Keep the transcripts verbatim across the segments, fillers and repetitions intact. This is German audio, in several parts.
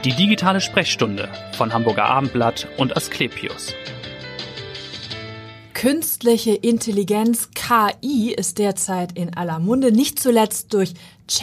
Die digitale Sprechstunde von Hamburger Abendblatt und Asklepios. Künstliche Intelligenz, K I, ist derzeit in aller Munde, nicht zuletzt durch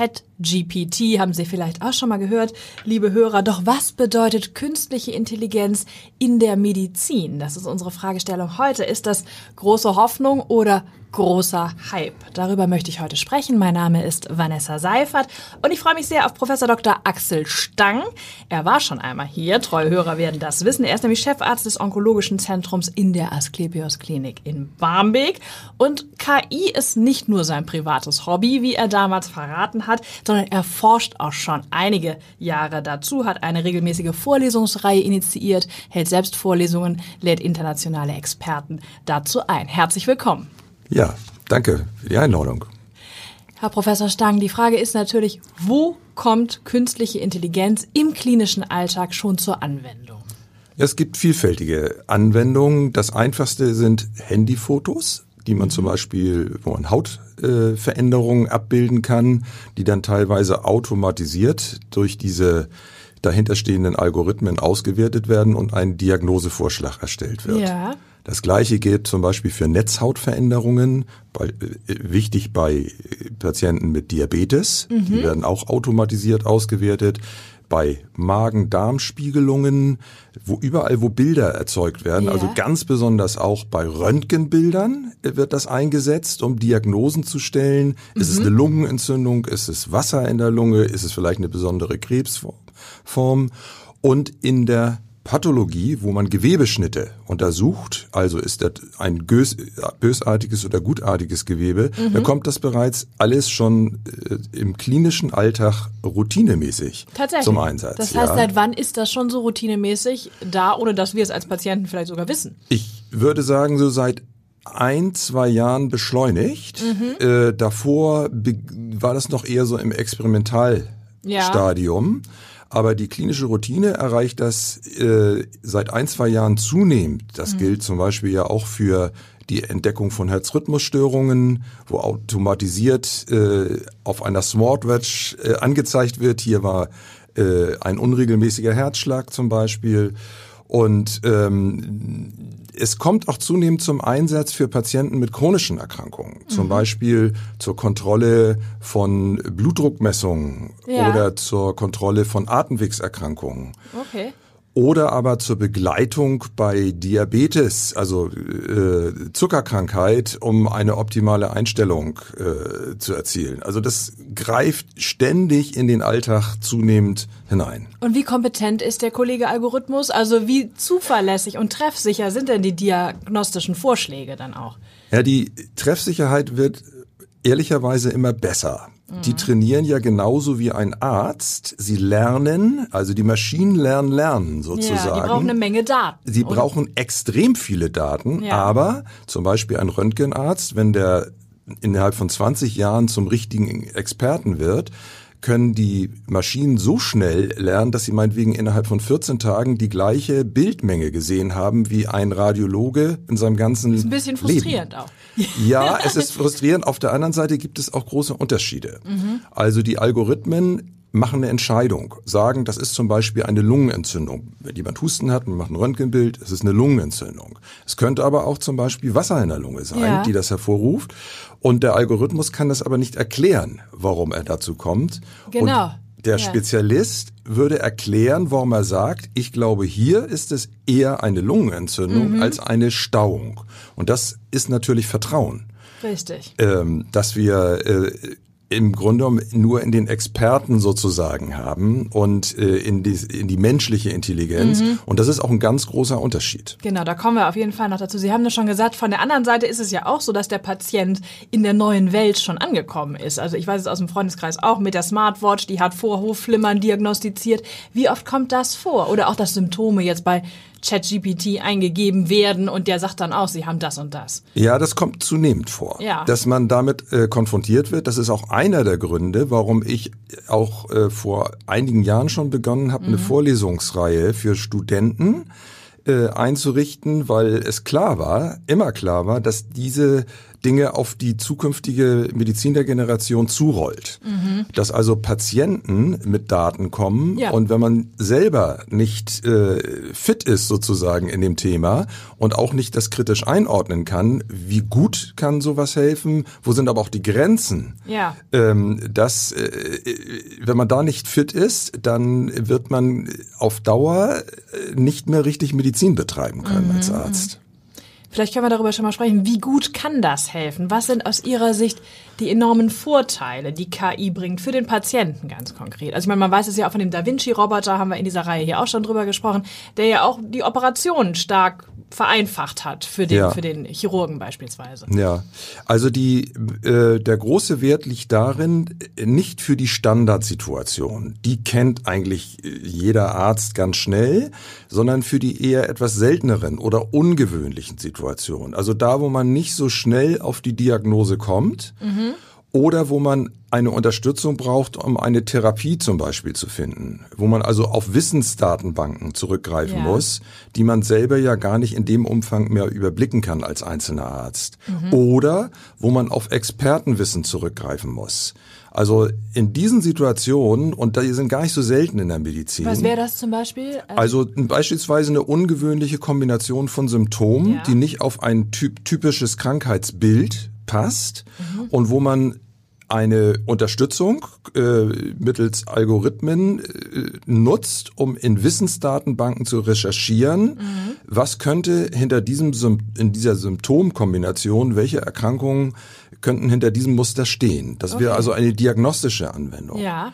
ChatGPT, haben Sie vielleicht auch schon mal gehört, liebe Hörer. Doch was bedeutet künstliche Intelligenz in der Medizin? Das ist unsere Fragestellung heute. Ist das große Hoffnung oder großer Hype? Darüber möchte ich heute sprechen. Mein Name ist Vanessa Seifert und ich freue mich sehr auf Professor Doktor Axel Stang. Er war schon einmal hier, treue Hörer werden das wissen. Er ist nämlich Chefarzt des Onkologischen Zentrums in der Asklepios Klinik in Barmbek. Und K I ist nicht nur sein privates Hobby, wie er damals verraten hat, sondern er forscht auch schon einige Jahre dazu, hat eine regelmäßige Vorlesungsreihe initiiert, hält selbst Vorlesungen, lädt internationale Experten dazu ein. Herzlich willkommen. Ja, danke für die Einladung. Herr Professor Stang, die Frage ist natürlich, wo kommt künstliche Intelligenz im klinischen Alltag schon zur Anwendung? Es gibt vielfältige Anwendungen. Das einfachste sind Handyfotos, die man zum Beispiel, wo man Hautveränderungen äh, abbilden kann, die dann teilweise automatisiert durch diese dahinterstehenden Algorithmen ausgewertet werden und ein Diagnosevorschlag erstellt wird. Ja. Das Gleiche gilt zum Beispiel für Netzhautveränderungen, bei, äh, wichtig bei Patienten mit Diabetes. Mhm. Die werden auch automatisiert ausgewertet. Bei Magen-Darm-Spiegelungen, wo überall, wo Bilder erzeugt werden, ja. Also ganz besonders auch bei Röntgenbildern wird das eingesetzt, um Diagnosen zu stellen. Mhm. Ist es eine Lungenentzündung? Ist es Wasser in der Lunge? Ist es vielleicht eine besondere Krebsform? Und in der Pathologie, wo man Gewebeschnitte untersucht, also ist das ein bösartiges oder gutartiges Gewebe, mhm. da kommt das bereits alles schon äh, im klinischen Alltag routinemäßig zum Einsatz. Das heißt, ja. Seit wann ist das schon so routinemäßig da, ohne dass wir es als Patienten vielleicht sogar wissen? Ich würde sagen, so seit ein, zwei Jahren beschleunigt. Mhm. Äh, davor be- war das noch eher so im Experimentalstadium. Ja. Aber die klinische Routine erreicht das äh, seit ein, zwei Jahren zunehmend. Das mhm. gilt zum Beispiel ja auch für die Entdeckung von Herzrhythmusstörungen, wo automatisiert äh, auf einer Smartwatch äh, angezeigt wird. Hier war äh, ein unregelmäßiger Herzschlag zum Beispiel. Und ähm, es kommt auch zunehmend zum Einsatz für Patienten mit chronischen Erkrankungen. Zum mhm. Beispiel zur Kontrolle von Blutdruckmessungen ja. oder zur Kontrolle von Atemwegserkrankungen. Okay. Oder aber zur Begleitung bei Diabetes, also äh, Zuckerkrankheit, um eine optimale Einstellung äh, zu erzielen. Also das greift ständig in den Alltag zunehmend hinein. Und wie kompetent ist der Kollege-Algorithmus? Also wie zuverlässig und treffsicher sind denn die diagnostischen Vorschläge dann auch? Ja, die Treffsicherheit wird ehrlicherweise immer besser. Die trainieren ja genauso wie ein Arzt. Sie lernen, also die Maschinen lernen lernen sozusagen. Ja, die brauchen eine Menge Daten. Sie brauchen extrem viele Daten, ja. Aber zum Beispiel ein Röntgenarzt, wenn der innerhalb von zwanzig Jahren zum richtigen Experten wird, können die Maschinen so schnell lernen, dass sie meinetwegen innerhalb von vierzehn Tagen die gleiche Bildmenge gesehen haben wie ein Radiologe in seinem ganzen Leben. Das ist ein bisschen frustrierend Leben. Auch. Ja, es ist frustrierend. Auf der anderen Seite gibt es auch große Unterschiede. Mhm. Also die Algorithmen machen eine Entscheidung, sagen, das ist zum Beispiel eine Lungenentzündung. Wenn jemand Husten hat, man macht ein Röntgenbild, es ist eine Lungenentzündung. Es könnte aber auch zum Beispiel Wasser in der Lunge sein, ja. die das hervorruft. Und der Algorithmus kann das aber nicht erklären, warum er dazu kommt. Genau. Und der ja. Spezialist würde erklären, warum er sagt, ich glaube, hier ist es eher eine Lungenentzündung mhm. als eine Stauung. Und das ist natürlich Vertrauen. Richtig. Ähm, dass wir äh, im Grunde genommen nur in den Experten sozusagen haben und äh, in, die, in die menschliche Intelligenz. Mhm. Und das ist auch ein ganz großer Unterschied. Genau, da kommen wir auf jeden Fall noch dazu. Sie haben das schon gesagt, von der anderen Seite ist es ja auch so, dass der Patient in der neuen Welt schon angekommen ist. Also ich weiß es aus dem Freundeskreis auch mit der Smartwatch, die hat Vorhofflimmern diagnostiziert. Wie oft kommt das vor? Oder auch, dass Symptome jetzt bei ChatGPT eingegeben werden und der sagt dann auch, sie haben das und das. Ja, das kommt zunehmend vor, ja. dass man damit äh, konfrontiert wird. Das ist auch einer der Gründe, warum ich auch äh, vor einigen Jahren schon begonnen habe, mhm. eine Vorlesungsreihe für Studenten äh, einzurichten, weil es klar war, immer klar war, dass diese Dinge auf die zukünftige Medizinergeneration zurollt. Mhm. Dass also Patienten mit Daten kommen ja. und wenn man selber nicht äh, fit ist sozusagen in dem Thema und auch nicht das kritisch einordnen kann, wie gut kann sowas helfen, wo sind aber auch die Grenzen, ja. ähm, dass äh, wenn man da nicht fit ist, dann wird man auf Dauer nicht mehr richtig Medizin betreiben können mhm. als Arzt. Vielleicht können wir darüber schon mal sprechen. Wie gut kann das helfen? Was sind aus Ihrer Sicht die enormen Vorteile, die K I bringt für den Patienten ganz konkret? Also ich meine, man weiß es ja auch von dem Da Vinci-Roboter, haben wir in dieser Reihe hier auch schon drüber gesprochen, der ja auch die Operationen stark vereinfacht hat für den, ja. für den Chirurgen beispielsweise. Ja, also die, äh, der große Wert liegt darin, nicht für die Standardsituation, die kennt eigentlich jeder Arzt ganz schnell, sondern für die eher etwas selteneren oder ungewöhnlichen Situationen. Also da, wo man nicht so schnell auf die Diagnose kommt, mhm. oder wo man eine Unterstützung braucht, um eine Therapie zum Beispiel zu finden, wo man also auf Wissensdatenbanken zurückgreifen ja. muss, die man selber ja gar nicht in dem Umfang mehr überblicken kann als einzelner Arzt. Mhm. Oder wo man auf Expertenwissen zurückgreifen muss. Also in diesen Situationen, und die sind gar nicht so selten in der Medizin. Was wäre das zum Beispiel? Also, also beispielsweise eine ungewöhnliche Kombination von Symptomen, ja. die nicht auf ein typ, typisches Krankheitsbild passt mhm. und wo man eine Unterstützung äh, mittels Algorithmen äh, nutzt, um in Wissensdatenbanken zu recherchieren, mhm. was könnte hinter diesem in dieser Symptomkombination, welche Erkrankungen könnten hinter diesem Muster stehen. Das okay. wäre also eine diagnostische Anwendung. Ja.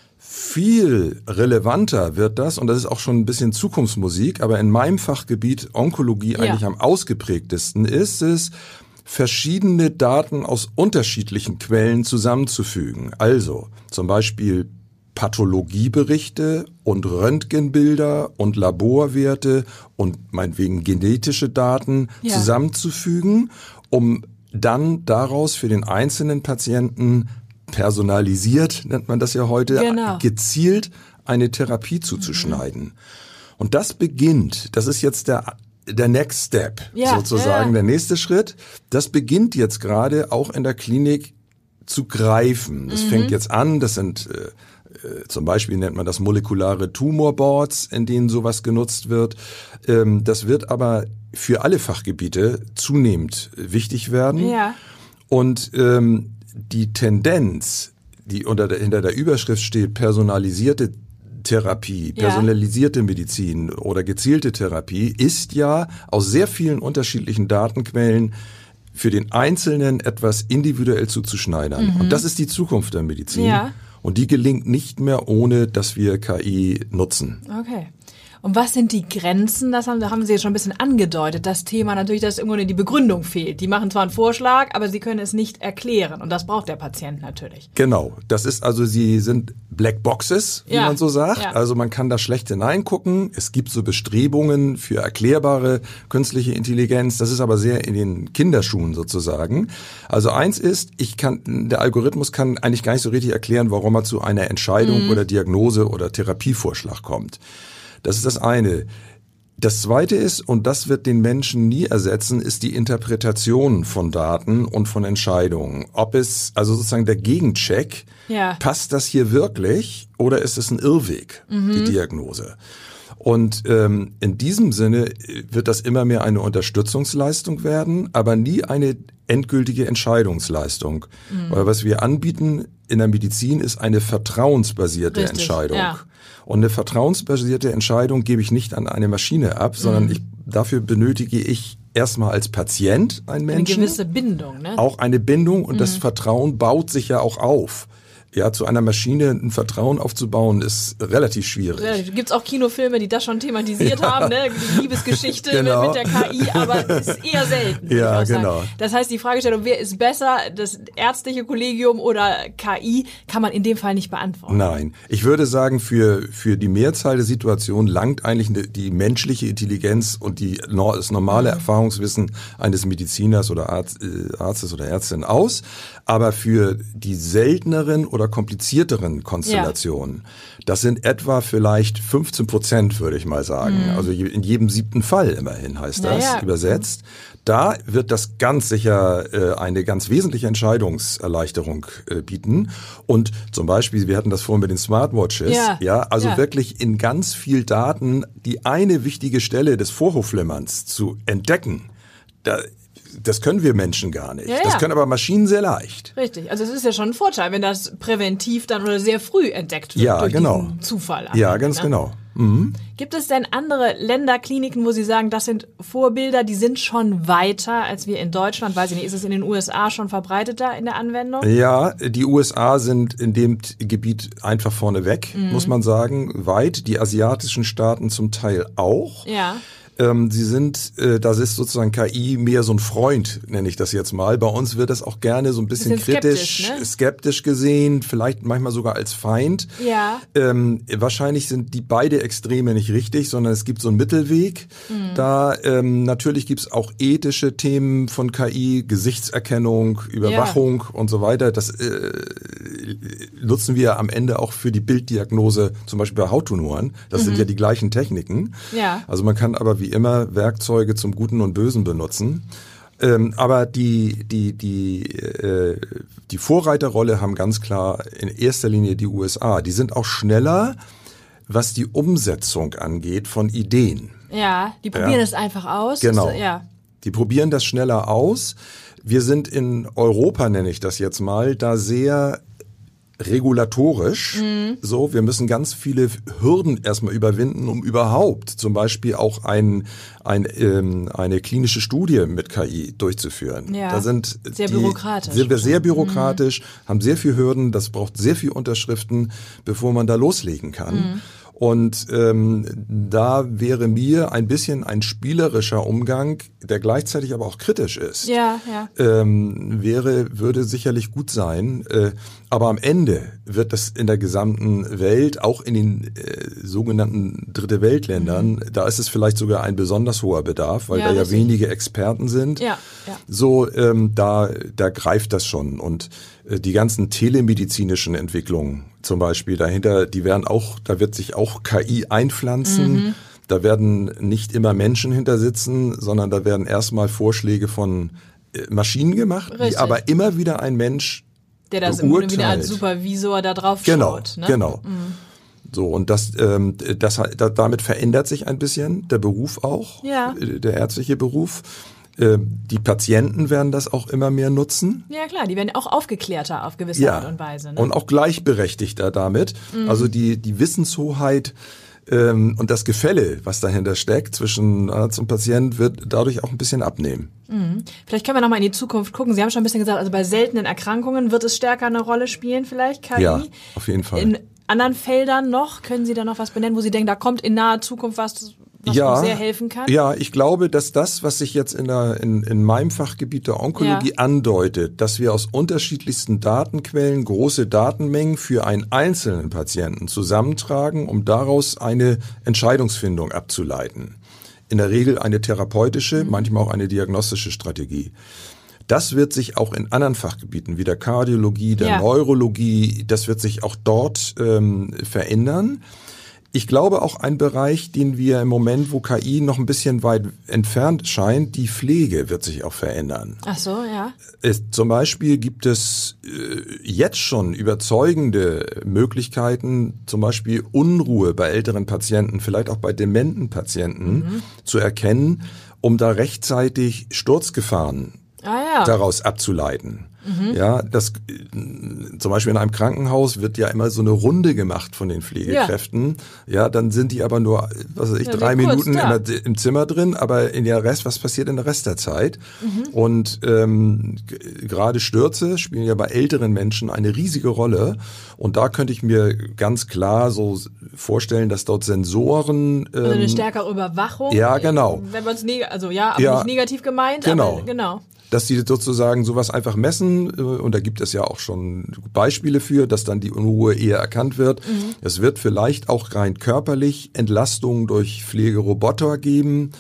Viel relevanter wird das, und das ist auch schon ein bisschen Zukunftsmusik, aber in meinem Fachgebiet Onkologie ja. eigentlich am ausgeprägtesten ist es, verschiedene Daten aus unterschiedlichen Quellen zusammenzufügen. Also zum Beispiel Pathologieberichte und Röntgenbilder und Laborwerte und meinetwegen genetische Daten ja. zusammenzufügen, um dann daraus für den einzelnen Patienten personalisiert, nennt man das ja heute, genau. gezielt eine Therapie zuzuschneiden. Mhm. Und das beginnt, das ist jetzt der Der Next Step, ja, sozusagen, ja. der nächste Schritt, das beginnt jetzt gerade auch in der Klinik zu greifen. Das mhm. fängt jetzt an, das sind äh, äh, zum Beispiel nennt man das molekulare Tumorboards, in denen sowas genutzt wird. Ähm, das wird aber für alle Fachgebiete zunehmend wichtig werden. Ja. Und ähm, die Tendenz, die unter der, hinter der Überschrift steht, personalisierte Therapie, personalisierte ja. Medizin oder gezielte Therapie, ist ja aus sehr vielen unterschiedlichen Datenquellen für den Einzelnen etwas individuell zuzuschneidern. Mhm. Und das ist die Zukunft der Medizin. Ja. Und die gelingt nicht mehr, ohne dass wir K I nutzen. Okay. Und was sind die Grenzen? Das haben, da haben Sie jetzt schon ein bisschen angedeutet. Das Thema natürlich, dass irgendwo die Begründung fehlt. Die machen zwar einen Vorschlag, aber sie können es nicht erklären. Und das braucht der Patient natürlich. Genau. Das ist also, sie sind Black Boxes, wie ja. man so sagt. Ja. Also man kann da schlecht hineingucken. Es gibt so Bestrebungen für erklärbare künstliche Intelligenz. Das ist aber sehr in den Kinderschuhen sozusagen. Also eins ist, ich kann, der Algorithmus kann eigentlich gar nicht so richtig erklären, warum er zu einer Entscheidung mhm. oder Diagnose oder Therapievorschlag kommt. Das ist das eine. Das zweite ist, und das wird den Menschen nie ersetzen, ist die Interpretation von Daten und von Entscheidungen. Ob es, also sozusagen der Gegencheck, ja. passt das hier wirklich oder ist es ein Irrweg, mhm. die Diagnose? Und ähm, in diesem Sinne wird das immer mehr eine Unterstützungsleistung werden, aber nie eine endgültige Entscheidungsleistung. Mhm. Weil was wir anbieten in der Medizin ist eine vertrauensbasierte Richtig, Entscheidung. Ja. Und eine vertrauensbasierte Entscheidung gebe ich nicht an eine Maschine ab, sondern mhm. ich, dafür benötige ich erstmal als Patient einen Menschen. Eine gewisse Bindung, ne? Auch eine Bindung, und mhm. das Vertrauen baut sich ja auch auf. Ja, zu einer Maschine ein Vertrauen aufzubauen, ist relativ schwierig. Ja, gibt's auch Kinofilme, die das schon thematisiert ja. haben, ne? Die Liebesgeschichte genau. mit, mit der K I, aber es ist eher selten. Ja, genau. Das heißt, die Fragestellung, wer ist besser, das ärztliche Kollegium oder K I, kann man in dem Fall nicht beantworten. Nein, ich würde sagen, für für die Mehrzahl der Situationen langt eigentlich die menschliche Intelligenz und die das normale Erfahrungswissen eines Mediziners oder Arzt, Arztes oder Ärztin aus. Aber für die selteneren oder oder komplizierteren Konstellationen. Ja. Das sind etwa vielleicht fünfzehn Prozent, würde ich mal sagen. Mhm. Also in jedem siebten Fall immerhin heißt das, ja, ja. übersetzt. Da wird das ganz sicher äh, eine ganz wesentliche Entscheidungserleichterung äh, bieten. Und zum Beispiel, wir hatten das vorhin mit den Smartwatches, ja, ja also ja. wirklich in ganz viel Daten die eine wichtige Stelle des Vorhofflimmerns zu entdecken. Da, das können wir Menschen gar nicht. Ja, ja. Das können aber Maschinen sehr leicht. Richtig. Also es ist ja schon ein Vorteil, wenn das präventiv dann oder sehr früh entdeckt wird ja, durch genau. diesen Zufall. Ja, ganz ne? genau. Mhm. Gibt es denn andere Länderkliniken, wo Sie sagen, das sind Vorbilder, die sind schon weiter als wir in Deutschland? Weiß ich nicht, ist es in den U S A schon verbreiteter in der Anwendung? Ja, die U S A sind in dem Gebiet einfach vorneweg, mhm. muss man sagen, weit. Die asiatischen Staaten zum Teil auch. Ja. Ähm, sie sind, äh, das ist sozusagen K I mehr so ein Freund, nenne ich das jetzt mal. Bei uns wird das auch gerne so ein bisschen, bisschen kritisch, skeptisch, ne? skeptisch gesehen, vielleicht manchmal sogar als Feind. Ja. Ähm, wahrscheinlich sind die beide Extreme nicht richtig, sondern es gibt so einen Mittelweg. Mhm. Da ähm, natürlich gibt es auch ethische Themen von K I, Gesichtserkennung, Überwachung ja. und so weiter. Das äh, nutzen wir am Ende auch für die Bilddiagnose, zum Beispiel bei Hauttumoren. Das mhm. sind ja die gleichen Techniken. Ja. Also man kann aber wie immer Werkzeuge zum Guten und Bösen benutzen. Ähm, aber die, die, die, äh, die Vorreiterrolle haben ganz klar in erster Linie die U S A. Die sind auch schneller, was die Umsetzung angeht von Ideen. Ja, die probieren es ja. einfach aus. Genau. Ist, ja. Die probieren das schneller aus. Wir sind in Europa, nenne ich das jetzt mal, da sehr regulatorisch, mhm. so, wir müssen ganz viele Hürden erstmal überwinden, um überhaupt zum Beispiel auch ein, ein, ähm, eine klinische Studie mit K I durchzuführen. Ja, da sind sehr die, bürokratisch. Sind wir sehr bürokratisch, mhm. haben sehr viel Hürden, das braucht sehr viel Unterschriften, bevor man da loslegen kann. Mhm. Und ähm, da wäre mir ein bisschen ein spielerischer Umgang, der gleichzeitig aber auch kritisch ist. Ja, ja. Ähm, wäre, würde sicherlich gut sein. Äh, aber am Ende wird das in der gesamten Welt, auch in den äh, sogenannten Dritte Weltländern, mhm. da ist es vielleicht sogar ein besonders hoher Bedarf, weil ja, da ja wenige Experten sind. Ja, ja. So, ähm, da, da greift das schon. Und äh, die ganzen telemedizinischen Entwicklungen zum Beispiel dahinter, die werden auch, da wird sich auch K I einpflanzen. Mhm. Da werden nicht immer Menschen hinter sitzen, sondern da werden erstmal Vorschläge von äh, Maschinen gemacht, Richtig. die aber immer wieder ein Mensch der das im Grunde wieder als Supervisor da drauf genau, schaut. Ne? Genau, mhm. So, und das, ähm, das, da, damit verändert sich ein bisschen der Beruf auch, ja. der ärztliche Beruf. Die Patienten werden das auch immer mehr nutzen. Ja klar, die werden auch aufgeklärter auf gewisse ja. Art und Weise. Ne? Und auch gleichberechtigter damit. Mhm. Also die, die Wissenshoheit ähm, und das Gefälle, was dahinter steckt zwischen Arzt und Patient, wird dadurch auch ein bisschen abnehmen. Mhm. Vielleicht können wir nochmal in die Zukunft gucken. Sie haben schon ein bisschen gesagt, also bei seltenen Erkrankungen wird es stärker eine Rolle spielen vielleicht, K I? Ja, auf jeden Fall. In anderen Feldern noch, können Sie da noch was benennen, wo Sie denken, da kommt in naher Zukunft was, was ja, uns sehr helfen kann? Ja, ich glaube, dass das, was sich jetzt in, der, in, in meinem Fachgebiet der Onkologie ja. andeutet, dass wir aus unterschiedlichsten Datenquellen große Datenmengen für einen einzelnen Patienten zusammentragen, um daraus eine Entscheidungsfindung abzuleiten. In der Regel eine therapeutische, mhm. manchmal auch eine diagnostische Strategie. Das wird sich auch in anderen Fachgebieten wie der Kardiologie, der ja. Neurologie, das wird sich auch dort ähm, verändern. Ich glaube auch ein Bereich, den wir im Moment, wo K I noch ein bisschen weit entfernt scheint, die Pflege wird sich auch verändern. Ach so, ja. Es, zum Beispiel gibt es äh, jetzt schon überzeugende Möglichkeiten, zum Beispiel Unruhe bei älteren Patienten, vielleicht auch bei dementen Patienten mhm. zu erkennen, um da rechtzeitig Sturzgefahren ah, ja. daraus abzuleiten. Mhm. Ja, das zum Beispiel in einem Krankenhaus wird ja immer so eine Runde gemacht von den Pflegekräften. Ja, ja dann sind die aber nur, was weiß ich, ja, drei Minuten in der, im Zimmer drin, aber in der Rest, was passiert in der Rest der Zeit? Mhm. Und ähm, g- gerade Stürze spielen ja bei älteren Menschen eine riesige Rolle. Und da könnte ich mir ganz klar so vorstellen, dass dort Sensoren ähm, also eine stärkere Überwachung. Ja, genau. Wenn man es neg- also ja, aber ja, nicht negativ gemeint, genau. aber genau. Dass die sozusagen sowas einfach messen, und da gibt es ja auch schon Beispiele für, dass dann die Unruhe eher erkannt wird. Mhm. Es wird vielleicht auch rein körperlich Entlastungen durch Pflegeroboter geben.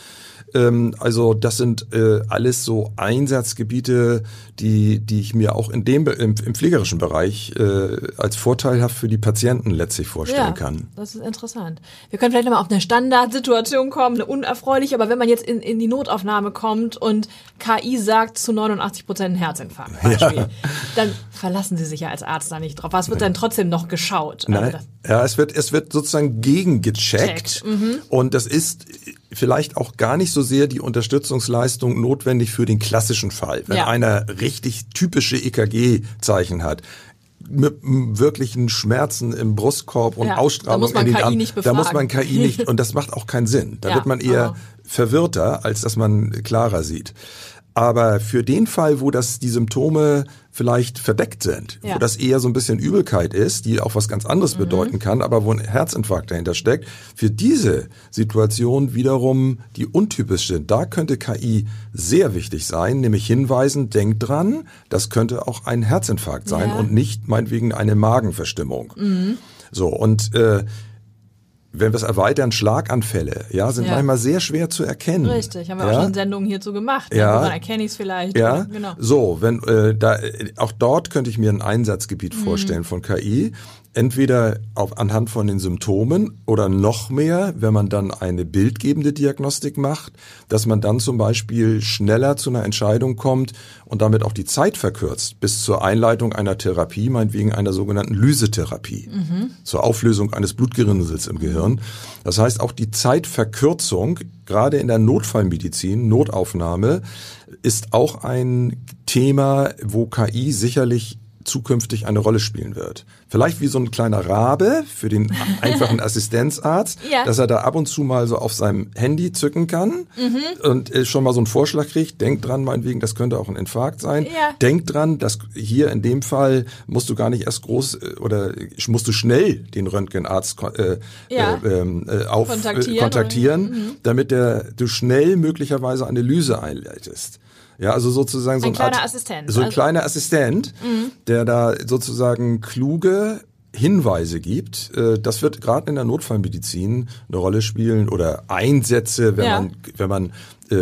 Ähm, also das sind äh, alles so Einsatzgebiete, die die ich mir auch in dem im, im pflegerischen Bereich äh, als vorteilhaft für die Patienten letztlich vorstellen ja, kann. Das ist interessant. Wir können vielleicht nochmal auf eine Standardsituation kommen, eine unerfreuliche, aber wenn man jetzt in, in die Notaufnahme kommt und K I sagt zu neunundachtzig Prozent ein Herzinfarkt, Beispiel, ja. dann verlassen Sie sich ja als Arzt da nicht drauf. Was wird dann trotzdem noch geschaut? Nein. Also ja, es wird es wird sozusagen gegengecheckt mhm. und das ist vielleicht auch gar nicht so sehr die Unterstützungsleistung notwendig für den klassischen Fall. Wenn ja. einer richtig typische E K G-Zeichen hat, mit wirklichen Schmerzen im Brustkorb und ja, Ausstrahlung in den Arm, da muss man K I nicht, und das macht auch keinen Sinn. Da ja, wird man eher oh. verwirrter, als dass man klarer sieht. Aber für den Fall, wo das die Symptome vielleicht verdeckt sind, ja. wo das eher so ein bisschen Übelkeit ist, die auch was ganz anderes mhm. bedeuten kann, aber wo ein Herzinfarkt dahinter steckt, für diese Situation wiederum, die untypisch sind, da könnte K I sehr wichtig sein, nämlich hinweisen, denkt dran, das könnte auch ein Herzinfarkt sein ja. und nicht meinetwegen eine Magenverstimmung. Mhm. So, und äh, wenn wir es erweitern, Schlaganfälle, ja, sind ja. manchmal sehr schwer zu erkennen. Richtig, haben wir ja? auch schon Sendungen hierzu gemacht. Ja. Woran erkenne ich es vielleicht? Ja, genau. So, wenn äh, da auch dort könnte ich mir ein Einsatzgebiet mhm. vorstellen von K I. Entweder auf, anhand von den Symptomen oder noch mehr, wenn man dann eine bildgebende Diagnostik macht, dass man dann zum Beispiel schneller zu einer Entscheidung kommt und damit auch die Zeit verkürzt bis zur Einleitung einer Therapie, meinetwegen einer sogenannten Lysetherapie, mhm. zur Auflösung eines Blutgerinnsels im Gehirn. Das heißt, auch die Zeitverkürzung, gerade in der Notfallmedizin, Notaufnahme, ist auch ein Thema, wo K I sicherlich zukünftig eine Rolle spielen wird. Vielleicht wie so ein kleiner Rabe für den einfachen Assistenzarzt, ja. dass er da ab und zu mal so auf seinem Handy zücken kann mhm. und schon mal so einen Vorschlag kriegt. Denkt dran, meinetwegen, das könnte auch ein Infarkt sein. Ja. Denkt dran, dass hier in dem Fall musst du gar nicht erst groß oder musst du schnell den Röntgenarzt äh, ja. äh, äh, auf, kontaktieren, äh, kontaktieren mhm. damit der, du schnell möglicherweise eine Lyse einleitest. Ja, also sozusagen so ein ein kleiner Art, Assistent. so ein also, kleiner Assistent, mhm. der da sozusagen kluge Hinweise gibt. Das wird gerade in der Notfallmedizin eine Rolle spielen oder Einsätze, wenn ja. man wenn man äh,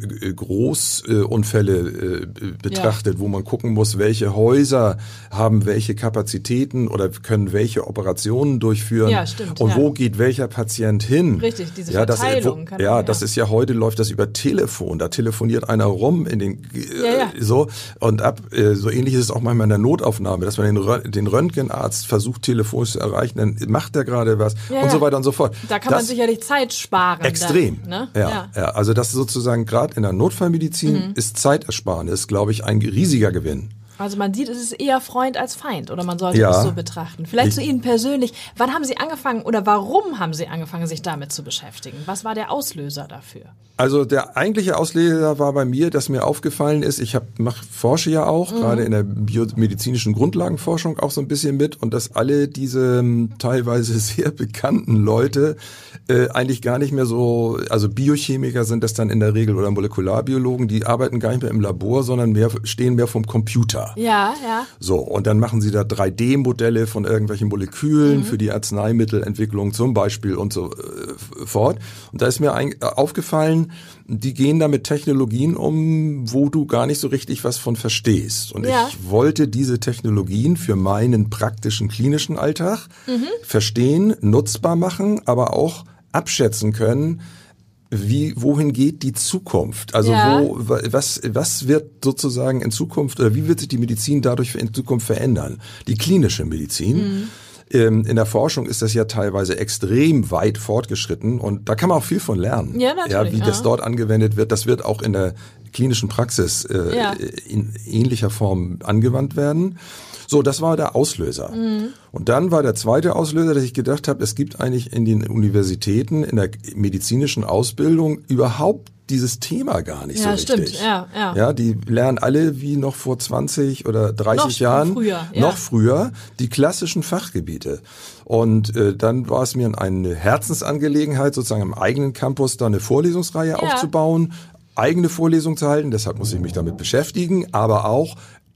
Großunfälle äh, betrachtet, ja. wo man gucken muss, welche Häuser haben welche Kapazitäten oder können welche Operationen durchführen ja, stimmt, und ja. wo geht welcher Patient hin. Richtig, diese ja, das, Verteilung. wo, kann ja, man, das ja. ist ja heute läuft das über Telefon. Da telefoniert einer rum in den ja, ja. äh, so und ab äh, so ähnlich ist es auch manchmal in der Notaufnahme, dass man den, Rö- den Röntgenarzt versucht telefonisch zu erreichen, dann macht er gerade was ja, und ja. so weiter und so fort. Da kann das, man sicherlich Zeit sparen. Extrem. Dann, ne? ja, ja. ja, also das ist sozusagen gerade in der Notfallmedizin mhm. ist Zeitersparnis, glaube ich, ein riesiger Gewinn. Also man sieht, es ist eher Freund als Feind oder man sollte ja. es so betrachten. Vielleicht ich, zu Ihnen persönlich. Wann haben Sie angefangen oder warum haben Sie angefangen, sich damit zu beschäftigen? Was war der Auslöser dafür? Also der eigentliche Auslöser war bei mir, dass mir aufgefallen ist, ich hab, mach, forsche ja auch, mhm. gerade in der biomedizinischen Grundlagenforschung auch so ein bisschen mit und dass alle diese m, teilweise sehr bekannten Leute äh, eigentlich gar nicht mehr so, also Biochemiker sind das dann in der Regel oder Molekularbiologen, die arbeiten gar nicht mehr im Labor, sondern mehr, stehen mehr vom Computer. Ja, ja. So, und dann machen sie da drei D Modelle von irgendwelchen Molekülen mhm. für die Arzneimittelentwicklung zum Beispiel und so äh, fort. Und da ist mir ein, äh, aufgefallen, die gehen da mit Technologien um, wo du gar nicht so richtig was von verstehst. Und ja. ich wollte diese Technologien für meinen praktischen klinischen Alltag mhm. verstehen, nutzbar machen, aber auch abschätzen können, wie, wohin geht die Zukunft? Also ja. wo, was, was wird sozusagen in Zukunft, oder wie wird sich die Medizin dadurch in Zukunft verändern? Die klinische Medizin. Mhm. In der Forschung ist das ja teilweise extrem weit fortgeschritten und da kann man auch viel von lernen. Ja, natürlich. Ja, wie ja. das dort angewendet wird, das wird auch in der klinischen Praxis äh, ja. in ähnlicher Form angewandt werden. So, das war der Auslöser. Mhm. Und dann war der zweite Auslöser, dass ich gedacht habe, es gibt eigentlich in den Universitäten, in der medizinischen Ausbildung überhaupt dieses Thema gar nicht ja, so richtig. Stimmt. Ja, ja. Ja, die lernen alle wie noch vor zwanzig oder dreißig noch Jahren, früher, ja. noch früher, die klassischen Fachgebiete. Und äh, dann war es mir eine Herzensangelegenheit, sozusagen am eigenen Campus da eine Vorlesungsreihe ja. aufzubauen, eigene Vorlesungen zu halten. Deshalb muss ich mich damit beschäftigen, aber auch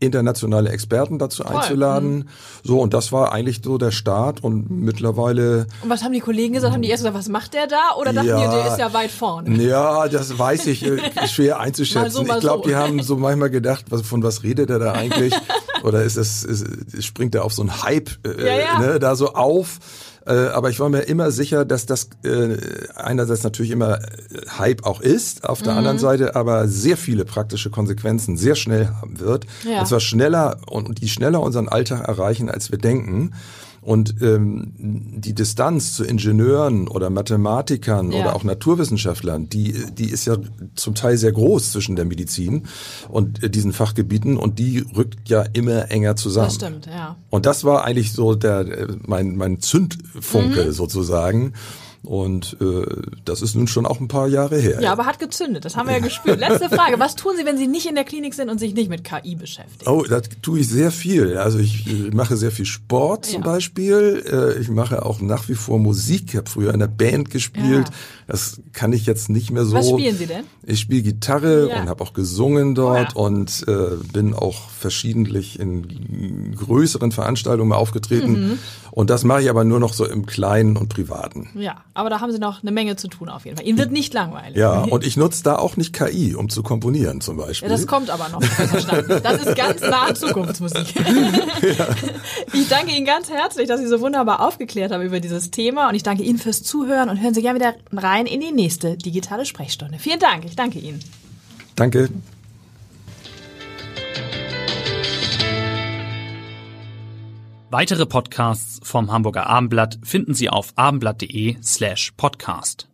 internationale Experten dazu Toll. einzuladen. Mhm. So, und das war eigentlich so der Start und mittlerweile... Und was haben die Kollegen gesagt? Haben die erst gesagt, was macht der da? Oder dachten ja, die, der ist ja weit vorne? Ja, das weiß ich, schwer einzuschätzen. Mal so, mal ich glaube, so. Die haben so manchmal gedacht, was, von was redet er da eigentlich? Oder ist das, ist, springt er auf so einen Hype äh, ja, ja. Ne, da so auf? Äh, aber ich war mir immer sicher, dass das äh, einerseits natürlich immer Hype auch ist, auf der mhm. anderen Seite aber sehr viele praktische Konsequenzen sehr schnell haben wird. Ja. Und zwar schneller und die schneller unseren Alltag erreichen, als wir denken. Und ähm, die Distanz zu Ingenieuren oder Mathematikern ja. oder auch Naturwissenschaftlern, die die ist ja zum Teil sehr groß zwischen der Medizin und äh, diesen Fachgebieten und die rückt ja immer enger zusammen. Das stimmt, ja. Und das war eigentlich so der mein mein Zündfunke mhm. sozusagen. Und äh, das ist nun schon auch ein paar Jahre her. Ja, aber hat gezündet, das haben wir ja gespürt. Letzte Frage, was tun Sie, wenn Sie nicht in der Klinik sind und sich nicht mit K I beschäftigen? Oh, das tue ich sehr viel. Also ich mache sehr viel Sport zum ja. Beispiel. Ich mache auch nach wie vor Musik. Ich habe früher in der Band gespielt. Ja. Das kann ich jetzt nicht mehr so. Was spielen Sie denn? Ich spiele Gitarre ja. und habe auch gesungen dort oh ja. und äh, bin auch verschiedentlich in größeren Veranstaltungen mal aufgetreten. Mhm. Und das mache ich aber nur noch so im Kleinen und Privaten. Ja, aber da haben Sie noch eine Menge zu tun auf jeden Fall. Ihnen wird nicht langweilig. Ja, und ich nutze da auch nicht K I, um zu komponieren zum Beispiel. Ja, das kommt aber noch, verstanden. Das ist ganz nah Zukunftsmusik. Ja. Ich danke Ihnen ganz herzlich, dass Sie so wunderbar aufgeklärt haben über dieses Thema. Und ich danke Ihnen fürs Zuhören und hören Sie gerne wieder rein in die nächste digitale Sprechstunde. Vielen Dank, ich danke Ihnen. Danke. Weitere Podcasts vom Hamburger Abendblatt finden Sie auf abendblatt.de slash podcast.